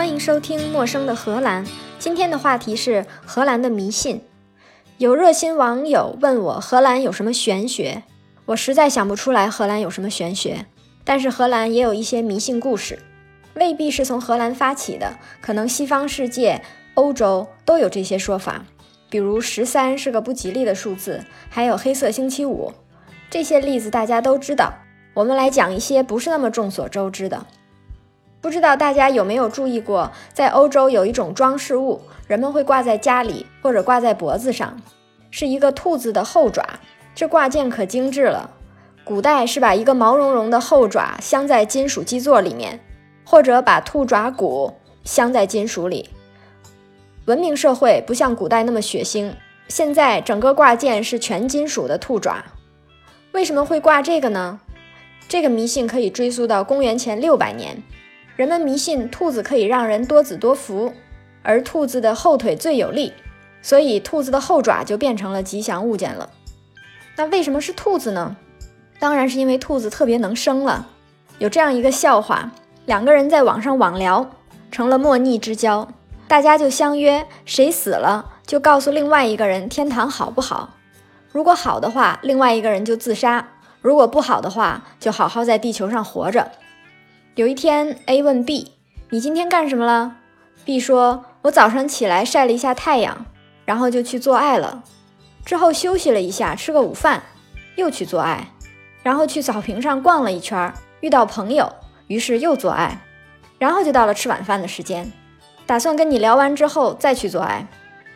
欢迎收听陌生的荷兰。今天的话题是荷兰的迷信。有热心网友问我荷兰有什么玄学，我实在想不出来荷兰有什么玄学，但是荷兰也有一些迷信故事，未必是从荷兰发起的，可能西方世界、欧洲都有这些说法。比如13是个不吉利的数字，还有黑色星期五，这些例子大家都知道。我们来讲一些不是那么众所周知的。不知道大家有没有注意过，在欧洲有一种装饰物，人们会挂在家里或者挂在脖子上，是一个兔子的后爪。这挂件可精致了，古代是把一个毛茸茸的后爪镶在金属基座里面，或者把兔爪骨镶在金属里。文明社会不像古代那么血腥，现在整个挂件是全金属的兔爪。为什么会挂这个呢？这个迷信可以追溯到公元前600年。人们迷信兔子可以让人多子多福，而兔子的后腿最有力，所以兔子的后爪就变成了吉祥物件了。那为什么是兔子呢？当然是因为兔子特别能生了。有这样一个笑话，两个人在网上网聊，成了莫逆之交，大家就相约，谁死了就告诉另外一个人天堂好不好。如果好的话，另外一个人就自杀；如果不好的话，就好好在地球上活着。有一天 A 问 B， 你今天干什么了？ B 说，我早上起来晒了一下太阳，然后就去做爱了，之后休息了一下，吃个午饭，又去做爱，然后去草坪上逛了一圈，遇到朋友，于是又做爱，然后就到了吃晚饭的时间，打算跟你聊完之后再去做爱。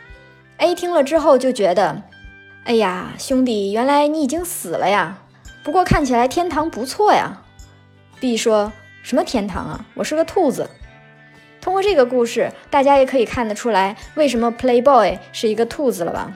A 听了之后就觉得，哎呀，兄弟，原来你已经死了呀，不过看起来天堂不错呀。 B 说，什么天堂啊，我是个兔子。通过这个故事，大家也可以看得出来为什么 Playboy 是一个兔子了吧。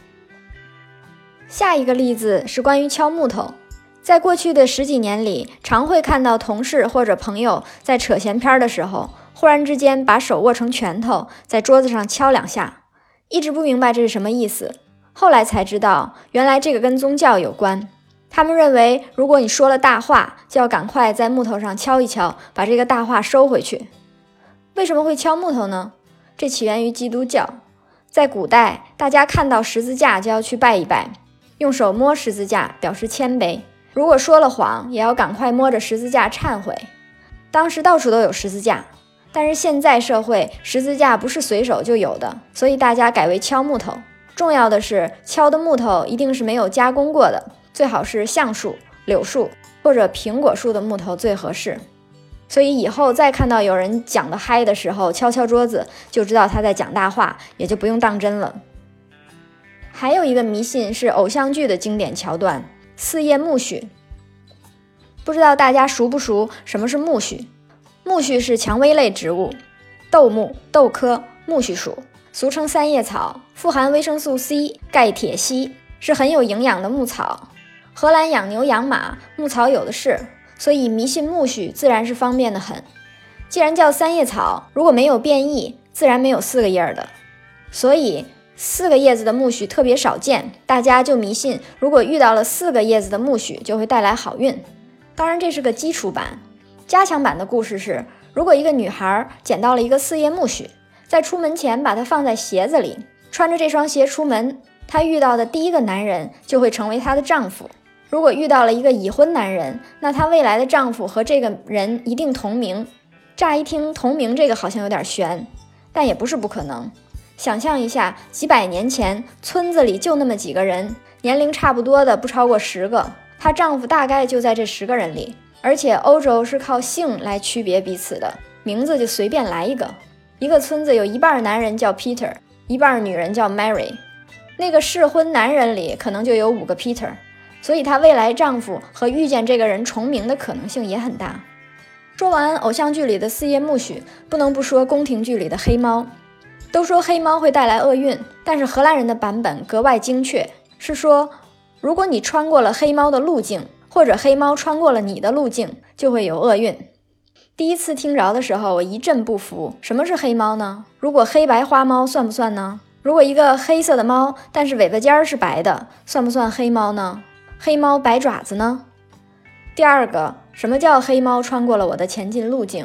下一个例子是关于敲木头。在过去的10几年里，常会看到同事或者朋友在扯闲篇的时候，忽然之间把手握成拳头，在桌子上敲2下，一直不明白这是什么意思。后来才知道，原来这个跟宗教有关。他们认为，如果你说了大话，就要赶快在木头上敲一敲，把这个大话收回去。为什么会敲木头呢？这起源于基督教。在古代，大家看到十字架就要去拜一拜，用手摸十字架表示谦卑。如果说了谎，也要赶快摸着十字架忏悔。当时到处都有十字架，但是现在社会，十字架不是随手就有的，所以大家改为敲木头。重要的是，敲的木头一定是没有加工过的，最好是橡树、柳树或者苹果树的木头最合适。所以以后再看到有人讲得嗨的时候敲敲桌子，就知道他在讲大话，也就不用当真了。还有一个迷信是偶像剧的经典桥段，4叶苜蓿。不知道大家熟不熟什么是苜蓿？苜蓿是蔷薇类植物，豆目、豆科、苜蓿属，俗称3叶草，富含维生素 C、钙、铁、硒，是很有营养的牧草。荷兰养牛养马，牧草有的是，所以迷信苜蓿自然是方便的很。既然叫3叶草，如果没有变异，自然没有4个叶的，所以4个叶子的苜蓿特别少见，大家就迷信如果遇到了4个叶子的苜蓿就会带来好运。当然这是个基础版，加强版的故事是，如果一个女孩捡到了一个4叶苜蓿，在出门前把它放在鞋子里，穿着这双鞋出门，她遇到的第一个男人就会成为她的丈夫。如果遇到了一个已婚男人，那她未来的丈夫和这个人一定同名。乍一听同名这个好像有点悬，但也不是不可能。想象一下，几百年前村子里就那么几个人，年龄差不多的不超过10个，她丈夫大概就在这10个人里。而且欧洲是靠姓来区别彼此的，名字就随便来一个。一个村子有一半男人叫 Peter， 一半女人叫 Mary， 那个适婚男人里可能就有5个 Peter， 所以她未来丈夫和遇见这个人重名的可能性也很大。说完偶像剧里的4叶苜蓿，不能不说宫廷剧里的黑猫。都说黑猫会带来厄运，但是荷兰人的版本格外精确，是说如果你穿过了黑猫的路径，或者黑猫穿过了你的路径，就会有厄运。第一次听着的时候，我一阵不服，什么是黑猫呢？如果黑白花猫算不算呢？如果一个黑色的猫，但是尾巴尖是白的，算不算黑猫呢？黑猫白爪子呢？第二个，什么叫黑猫穿过了我的前进路径？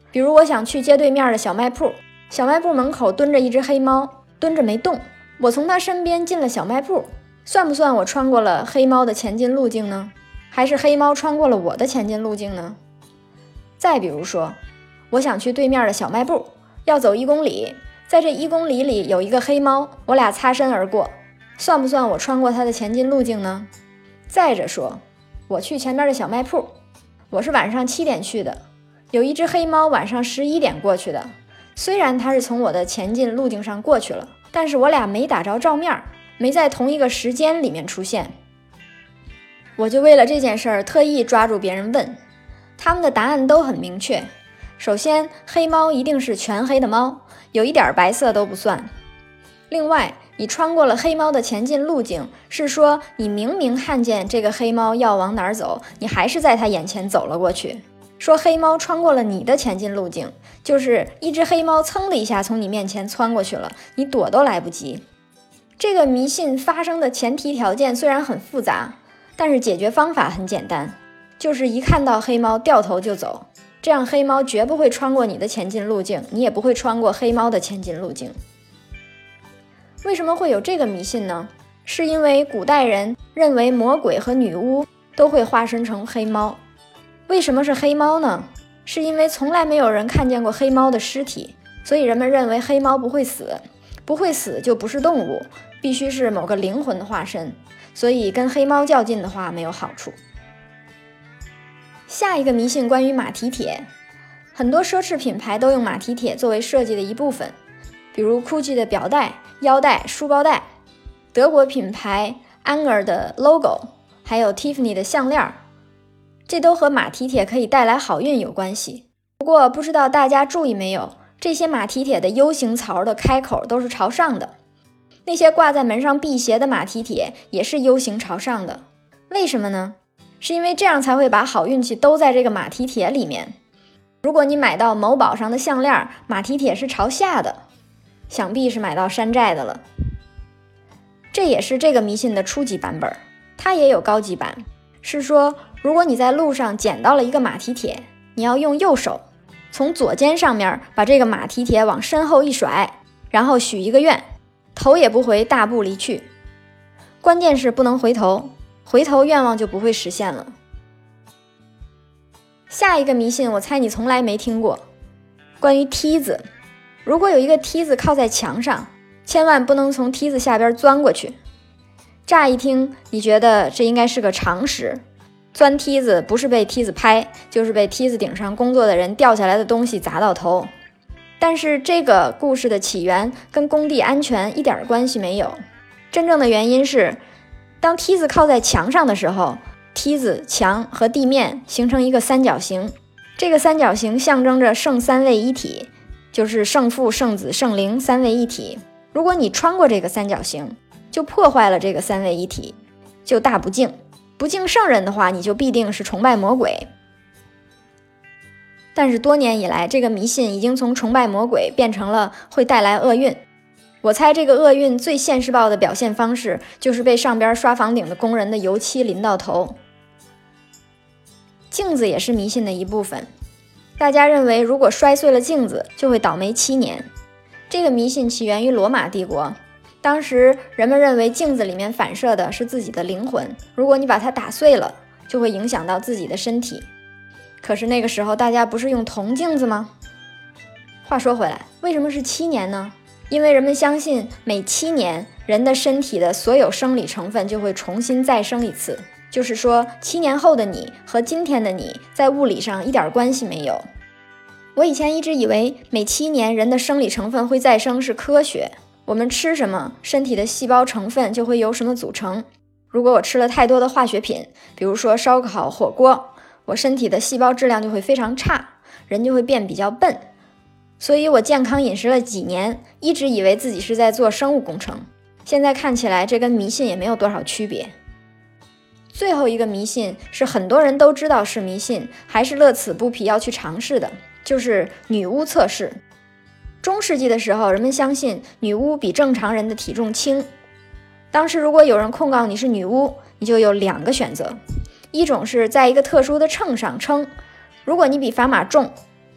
比如我想去街对面的小卖铺，小卖部门口蹲着一只黑猫，蹲着没动，我从它身边进了小卖部，算不算我穿过了黑猫的前进路径呢？还是黑猫穿过了我的前进路径呢？再比如说，我想去对面的小卖部，要走1公里，在这1公里里有一个黑猫，我俩擦身而过，算不算我穿过它的前进路径呢？再者说，我去前面的小卖铺，我是晚上7点去的，有一只黑猫晚上11点过去的，虽然它是从我的前进路径上过去了，但是我俩没打着照面，没在同一个时间里面出现。我就为了这件事儿特意抓住别人问，他们的答案都很明确。首先，黑猫一定是全黑的猫，有一点白色都不算。另外，你穿过了黑猫的前进路径，是说你明明看见这个黑猫要往哪儿走，你还是在它眼前走了过去。说黑猫穿过了你的前进路径，就是一只黑猫噌的一下从你面前窜过去了，你躲都来不及。这个迷信发生的前提条件虽然很复杂，但是解决方法很简单，就是一看到黑猫掉头就走，这样黑猫绝不会穿过你的前进路径，你也不会穿过黑猫的前进路径。为什么会有这个迷信呢？是因为古代人认为魔鬼和女巫都会化身成黑猫。为什么是黑猫呢？是因为从来没有人看见过黑猫的尸体，所以人们认为黑猫不会死，不会死就不是动物，必须是某个灵魂的化身，所以跟黑猫较劲的话没有好处。下一个迷信关于马蹄铁，很多奢侈品牌都用马蹄铁作为设计的一部分，比如 GUCCI 的表带、腰带、书包带，德国品牌 Anger 的 logo， 还有 Tiffany 的项链，这都和马蹄铁可以带来好运有关系。不过不知道大家注意没有，这些马蹄铁的 U 型槽的开口都是朝上的，那些挂在门上辟邪的马蹄铁也是 U 型朝上的。为什么呢？是因为这样才会把好运气都在这个马蹄铁里面。如果你买到某宝上的项链，马蹄铁是朝下的，想必是买到山寨的了。这也是这个迷信的初级版本，它也有高级版，是说如果你在路上捡到了一个马蹄铁，你要用右手从左肩上面把这个马蹄铁往身后一甩，然后许一个愿，头也不回大步离去。关键是不能回头，回头愿望就不会实现了。下一个迷信我猜你从来没听过，关于梯子。如果有一个梯子靠在墙上，千万不能从梯子下边钻过去。乍一听你觉得这应该是个常识，钻梯子不是被梯子拍，就是被梯子顶上工作的人掉下来的东西砸到头。但是这个故事的起源跟工地安全一点关系没有，真正的原因是当梯子靠在墙上的时候，梯子、墙和地面形成一个三角形，这个三角形象征着圣三位一体，就是圣父、圣子、圣灵三位一体。如果你穿过这个三角形，就破坏了这个三位一体，就大不敬。不敬圣人的话，你就必定是崇拜魔鬼。但是多年以来，这个迷信已经从崇拜魔鬼变成了会带来厄运。我猜这个厄运最现世报的表现方式，就是被上边刷房顶的工人的油漆淋到头。镜子也是迷信的一部分，大家认为如果摔碎了镜子，就会倒霉7年。这个迷信起源于罗马帝国，当时人们认为镜子里面反射的是自己的灵魂，如果你把它打碎了，就会影响到自己的身体。可是那个时候大家不是用铜镜子吗？话说回来，为什么是7年呢？因为人们相信每7年人的身体的所有生理成分就会重新再生一次，就是说7年后的你和今天的你在物理上一点关系没有。我以前一直以为每7年人的生理成分会再生是科学，我们吃什么，身体的细胞成分就会由什么组成。如果我吃了太多的化学品，比如说烧烤、火锅，我身体的细胞质量就会非常差，人就会变比较笨。所以我健康饮食了几年，一直以为自己是在做生物工程，现在看起来这跟迷信也没有多少区别。最后一个迷信是很多人都知道是迷信，还是乐此不疲要去尝试的，就是女巫测试。中世纪的时候，人们相信女巫比正常人的体重轻。当时如果有人控告你是女巫，你就有2个选择，一种是在一个特殊的秤上称，如果你比砝码重，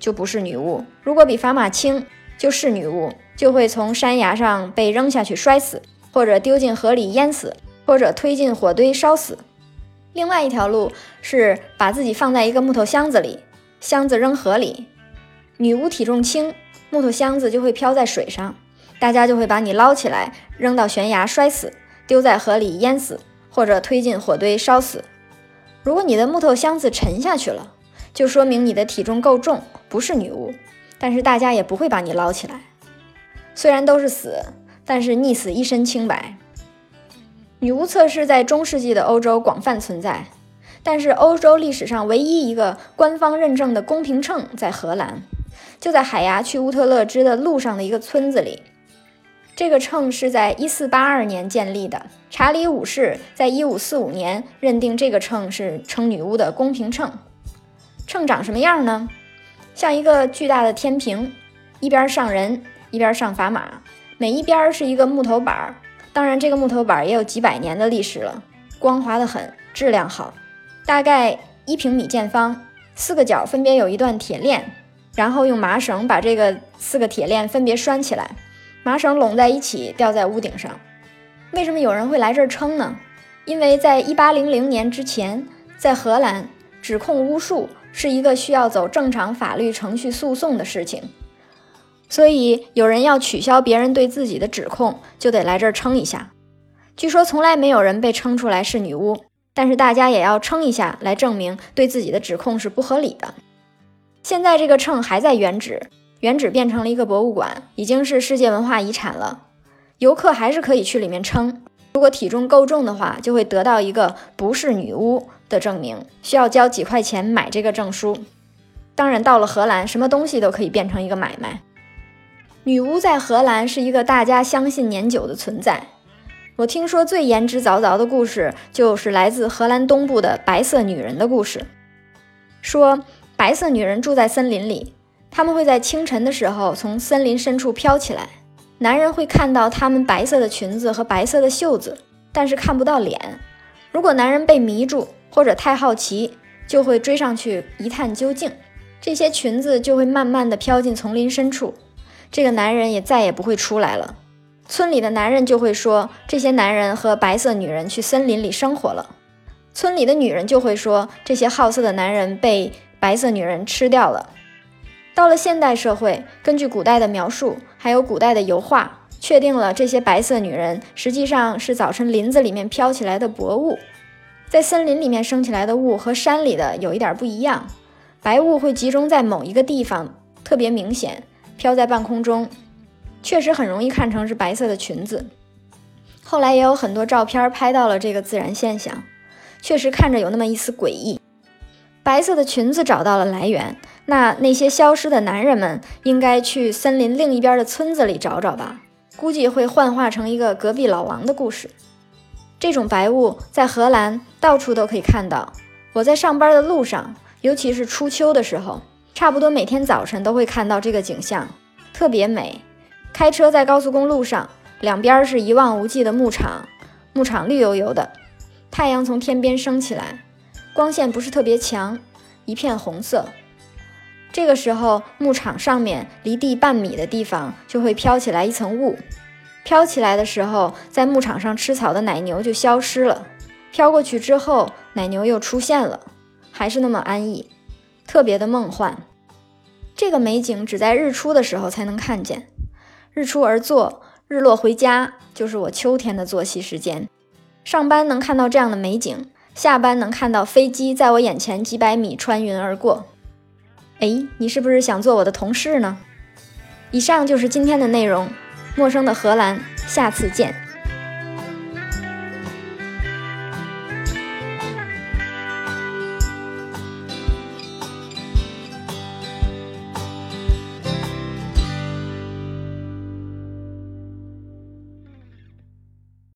就不是女巫；如果比砝码轻，就是女巫，就会从山崖上被扔下去摔死，或者丢进河里淹死，或者推进火堆烧死。另外一条路是把自己放在一个木头箱子里，箱子扔河里，女巫体重轻，木头箱子就会飘在水上，大家就会把你捞起来，扔到悬崖摔死，丢在河里淹死，或者推进火堆烧死。如果你的木头箱子沉下去了，就说明你的体重够重，不是女巫，但是大家也不会把你捞起来。虽然都是死，但是溺死一身清白。女巫测试在中世纪的欧洲广泛存在，但是欧洲历史上唯一一个官方认证的公平秤在荷兰，就在海牙去乌特勒支的路上的一个村子里。这个秤是在1482年建立的，查理五世在1545年认定这个秤是称女巫的公平秤。秤长什么样呢？像一个巨大的天平，一边上人，一边上砝码，每一边是一个木头板，当然这个木头板也有几百年的历史了，光滑得很，质量好，大概1平米见方，4个角分别有一段铁链，然后用麻绳把这个4个铁链分别拴起来，麻绳拢在一起吊在屋顶上。为什么有人会来这儿称呢？因为在1800年之前，在荷兰指控巫术是一个需要走正常法律程序诉讼的事情，所以有人要取消别人对自己的指控，就得来这儿称一下。据说从来没有人被称出来是女巫，但是大家也要称一下来证明对自己的指控是不合理的。现在这个秤还在原址，原址变成了一个博物馆，已经是世界文化遗产了。游客还是可以去里面称，如果体重够重的话，就会得到一个不是女巫的证明，需要交几块钱买这个证书。当然到了荷兰，什么东西都可以变成一个买卖。女巫在荷兰是一个大家相信年久的存在。我听说最言之凿凿的故事，就是来自荷兰东部的白色女人的故事。说白色女人住在森林里，她们会在清晨的时候从森林深处飘起来，男人会看到她们白色的裙子和白色的袖子，但是看不到脸。如果男人被迷住或者太好奇，就会追上去一探究竟，这些裙子就会慢慢地飘进丛林深处，这个男人也再也不会出来了。村里的男人就会说，这些男人和白色女人去森林里生活了。村里的女人就会说，这些好色的男人被白色女人吃掉了。到了现代社会，根据古代的描述，还有古代的油画，确定了这些白色女人实际上是早晨林子里面飘起来的薄雾。在森林里面升起来的雾和山里的有一点不一样，白雾会集中在某一个地方，特别明显，飘在半空中，确实很容易看成是白色的裙子。后来也有很多照片拍到了这个自然现象，确实看着有那么一丝诡异。白色的裙子找到了来源，那些消失的男人们应该去森林另一边的村子里找找吧，估计会幻化成一个隔壁老王的故事。这种白雾在荷兰到处都可以看到，我在上班的路上，尤其是初秋的时候，差不多每天早晨都会看到这个景象，特别美。开车在高速公路上，两边是一望无际的牧场，牧场绿油油的，太阳从天边升起来，光线不是特别强，一片红色。这个时候，牧场上面离地半米的地方就会飘起来一层雾，飘起来的时候，在牧场上吃草的奶牛就消失了，飘过去之后，奶牛又出现了，还是那么安逸，特别的梦幻。这个美景只在日出的时候才能看见，日出而作，日落回家，就是我秋天的作息时间。上班能看到这样的美景，下班能看到飞机在我眼前几百米穿云而过。你是不是想做我的同事呢？以上就是今天的内容，陌生的荷兰，下次见。